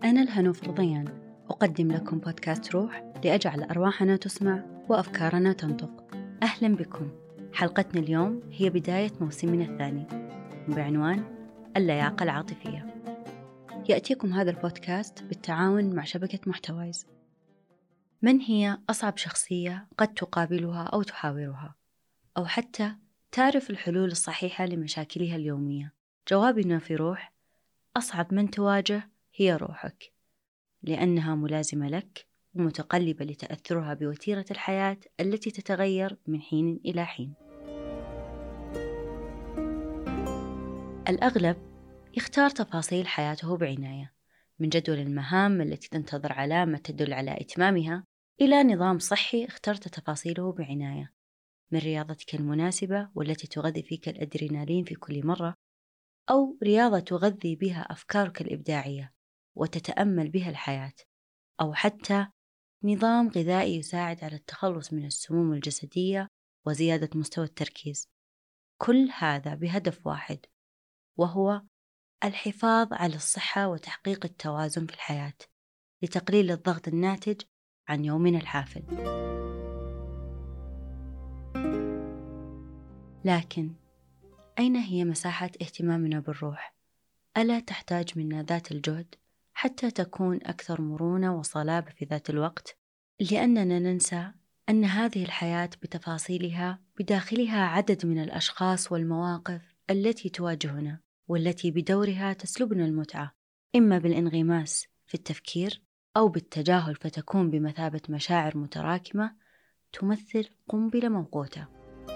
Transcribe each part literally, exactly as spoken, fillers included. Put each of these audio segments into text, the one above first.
أنا الهنو فرضيان، أقدم لكم بودكاست روح لأجعل أرواحنا تسمع وأفكارنا تنطق. أهلا بكم. حلقتنا اليوم هي بداية موسمنا الثاني بعنوان اللياقة العاطفية. يأتيكم هذا البودكاست بالتعاون مع شبكة محتوايز. من هي أصعب شخصية قد تقابلها أو تحاورها، أو حتى تعرف الحلول الصحيحة لمشاكلها اليومية؟ جوابنا في روح: أصعب من تواجه هي روحك، لأنها ملازمة لك ومتقلبة لتأثرها بوتيرة الحياة التي تتغير من حين إلى حين. الأغلب يختار تفاصيل حياته بعناية، من جدول المهام التي تنتظر علامة تدل على إتمامها إلى نظام صحي اخترت تفاصيله بعناية، من رياضتك المناسبة والتي تغذي فيك الأدرينالين في كل مرة، أو رياضة تغذي بها أفكارك الإبداعية وتتأمل بها الحياة، أو حتى نظام غذائي يساعد على التخلص من السموم الجسدية وزيادة مستوى التركيز. كل هذا بهدف واحد، وهو الحفاظ على الصحة وتحقيق التوازن في الحياة لتقليل الضغط الناتج عن يومنا الحافل. لكن أين هي مساحة اهتمامنا بالروح؟ ألا تحتاج منا ذات الجهد حتى تكون أكثر مرونة وصلابة في ذات الوقت؟ لأننا ننسى أن هذه الحياة بتفاصيلها بداخلها عدد من الأشخاص والمواقف التي تواجهنا، والتي بدورها تسلبنا المتعة، إما بالانغماس في التفكير أو بالتجاهل، فتكون بمثابة مشاعر متراكمة تمثل قنبلة موقوتة.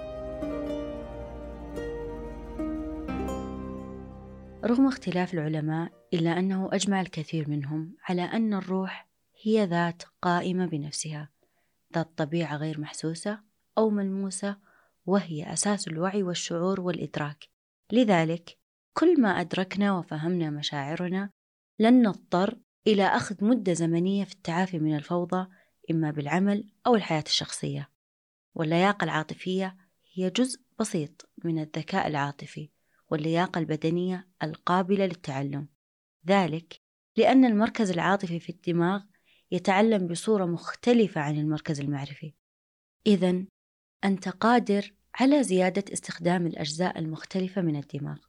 رغم اختلاف العلماء، إلا أنه أجمع الكثير منهم على أن الروح هي ذات قائمة بنفسها، ذات طبيعة غير محسوسة أو ملموسة، وهي أساس الوعي والشعور والإدراك. لذلك كل ما أدركنا وفهمنا مشاعرنا لن نضطر إلى أخذ مدة زمنية في التعافي من الفوضى، إما بالعمل أو الحياة الشخصية. واللياقة العاطفية هي جزء بسيط من الذكاء العاطفي واللياقة البدنية القابلة للتعلم، ذلك لأن المركز العاطفي في الدماغ يتعلم بصورة مختلفة عن المركز المعرفي. إذن أنت قادر على زيادة استخدام الأجزاء المختلفة من الدماغ.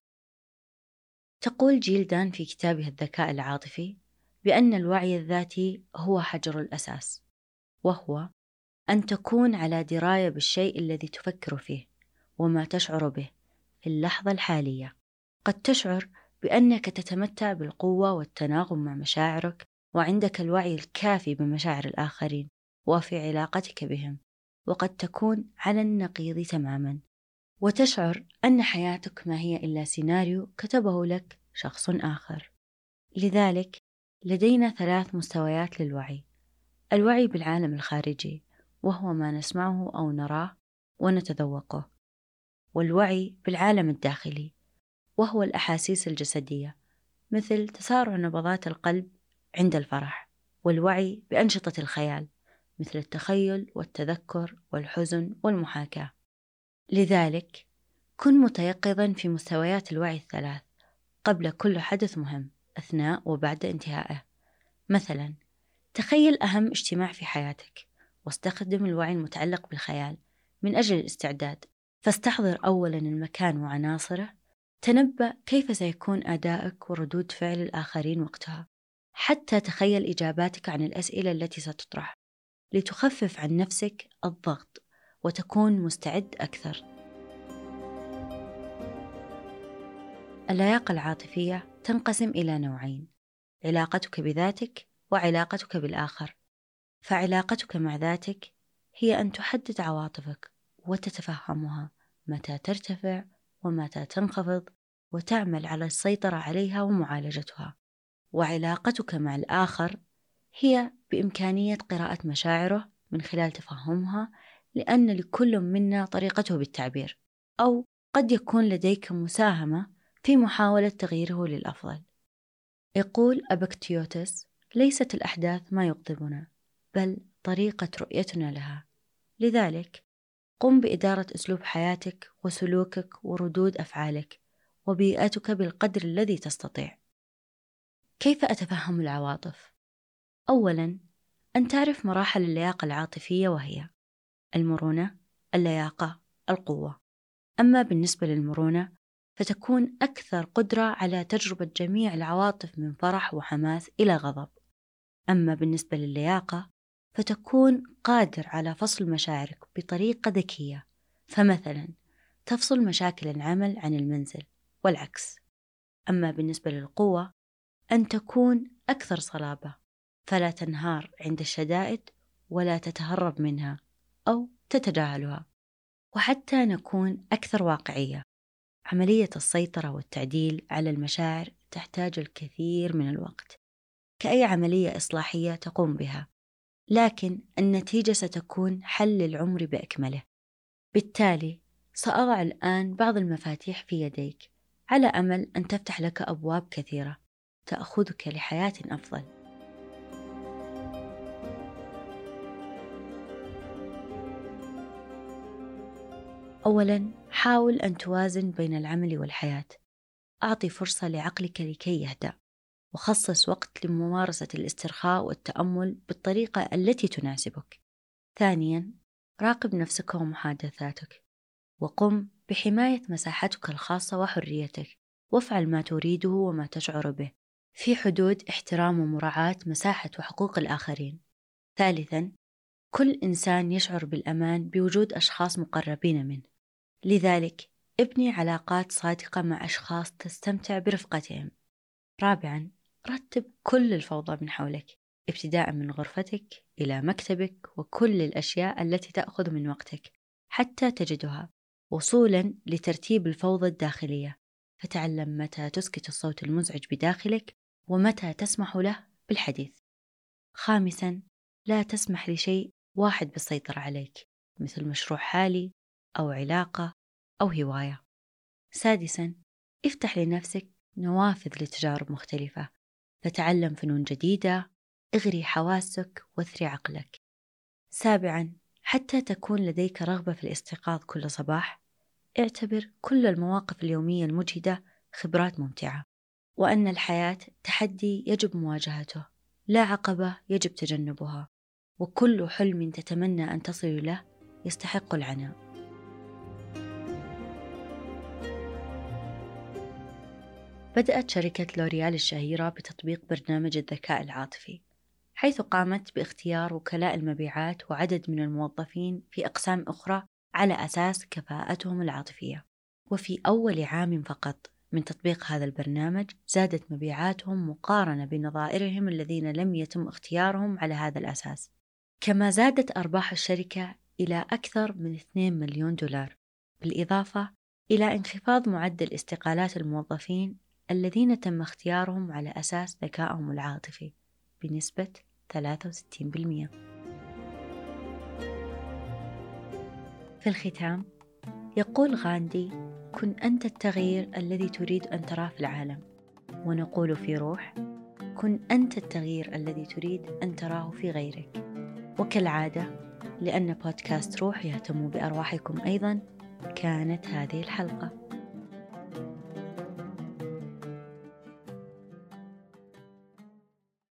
تقول جيل دان في كتابه الذكاء العاطفي بأن الوعي الذاتي هو حجر الأساس، وهو أن تكون على دراية بالشيء الذي تفكر فيه وما تشعر به في اللحظة الحالية. قد تشعر بأنك تتمتع بالقوة والتناغم مع مشاعرك، وعندك الوعي الكافي بمشاعر الآخرين وفي علاقتك بهم، وقد تكون على النقيض تماما، وتشعر أن حياتك ما هي إلا سيناريو كتبه لك شخص آخر. لذلك لدينا ثلاث مستويات للوعي: الوعي بالعالم الخارجي، وهو ما نسمعه أو نراه ونتذوقه، والوعي بالعالم الداخلي، وهو الأحاسيس الجسدية مثل تسارع نبضات القلب عند الفرح، والوعي بأنشطة الخيال مثل التخيل والتذكر والحزن والمحاكاة. لذلك كن متيقظا في مستويات الوعي الثلاث قبل كل حدث مهم، أثناء وبعد انتهائه. مثلا تخيل أهم اجتماع في حياتك، واستخدم الوعي المتعلق بالخيال من أجل الاستعداد، فاستحضر أولا المكان وعناصره، تنبأ كيف سيكون أدائك وردود فعل الآخرين وقتها، حتى تخيل إجاباتك عن الأسئلة التي ستطرح لتخفف عن نفسك الضغط وتكون مستعد أكثر. اللياقة العاطفية تنقسم إلى نوعين: علاقتك بذاتك وعلاقتك بالآخر. فعلاقتك مع ذاتك هي أن تحدد عواطفك وتتفهمها متى ترتفع ومتى تنخفض، وتعمل على السيطرة عليها ومعالجتها. وعلاقتك مع الآخر هي بإمكانية قراءة مشاعره من خلال تفهمها، لأن لكل منا طريقته بالتعبير، أو قد يكون لديك مساهمة في محاولة تغييره للأفضل. يقول أبكتيوتس: ليست الأحداث ما يغضبنا، بل طريقة رؤيتنا لها. لذلك قم بإدارة أسلوب حياتك وسلوكك وردود أفعالك وبيئتك بالقدر الذي تستطيع. كيف أتفهم العواطف؟ أولاً، أن تعرف مراحل اللياقة العاطفية، وهي المرونة، اللياقة، القوة. أما بالنسبة للمرونة فتكون أكثر قدرة على تجربة جميع العواطف من فرح وحماس إلى غضب. أما بالنسبة للياقة فتكون قادر على فصل مشاعرك بطريقة ذكية، فمثلا تفصل مشاكل العمل عن المنزل والعكس. أما بالنسبة للقوة أن تكون أكثر صلابة، فلا تنهار عند الشدائد ولا تتهرب منها أو تتجاهلها. وحتى نكون أكثر واقعية، عملية السيطرة والتعديل على المشاعر تحتاج الكثير من الوقت كأي عملية إصلاحية تقوم بها، لكن النتيجة ستكون حل العمر بأكمله. بالتالي سأضع الآن بعض المفاتيح في يديك على أمل أن تفتح لك أبواب كثيرة تأخذك لحياة أفضل. أولاً، حاول أن توازن بين العمل والحياة. أعطي فرصة لعقلك لكي يهدأ، وخصص وقت لممارسة الاسترخاء والتأمل بالطريقة التي تناسبك. ثانياً، راقب نفسك ومحادثاتك، وقم بحماية مساحتك الخاصة وحريتك، وافعل ما تريده وما تشعر به في حدود احترام ومراعاة مساحة وحقوق الآخرين. ثالثاً، كل إنسان يشعر بالأمان بوجود أشخاص مقربين منه، لذلك ابني علاقات صادقة مع أشخاص تستمتع برفقتهم. رابعاً، رتب كل الفوضى من حولك، ابتداء من غرفتك إلى مكتبك وكل الأشياء التي تأخذ من وقتك حتى تجدها، وصولاً لترتيب الفوضى الداخلية. فتعلم متى تسكت الصوت المزعج بداخلك ومتى تسمح له بالحديث. خامساً، لا تسمح لشيء واحد بالسيطرة عليك، مثل مشروع حالي أو علاقة أو هواية. سادساً، افتح لنفسك نوافذ لتجارب مختلفة، فتعلم فنون جديدة، اغري حواسك واثري عقلك. سابعاً، حتى تكون لديك رغبة في الاستيقاظ كل صباح، اعتبر كل المواقف اليومية المجهدة خبرات ممتعة، وأن الحياة تحدي يجب مواجهته، لا عقبة يجب تجنبها، وكل حلم تتمنى أن تصل له يستحق العناء. بدأت شركة لوريال الشهيرة بتطبيق برنامج الذكاء العاطفي، حيث قامت باختيار وكلاء المبيعات وعدد من الموظفين في أقسام أخرى على أساس كفاءتهم العاطفية. وفي أول عام فقط من تطبيق هذا البرنامج زادت مبيعاتهم مقارنة بنظائرهم الذين لم يتم اختيارهم على هذا الأساس. كما زادت أرباح الشركة إلى أكثر من اثنين مليون دولار، بالإضافة إلى انخفاض معدل استقالات الموظفين الذين تم اختيارهم على أساس ذكائهم العاطفي بنسبة ثلاثة وستين بالمئة. في الختام، يقول غاندي: كن أنت التغيير الذي تريد أن تراه في العالم. ونقول في روح: كن أنت التغيير الذي تريد أن تراه في غيرك. وكالعادة، لأن بودكاست روح يهتم بأرواحكم أيضا، كانت هذه الحلقة.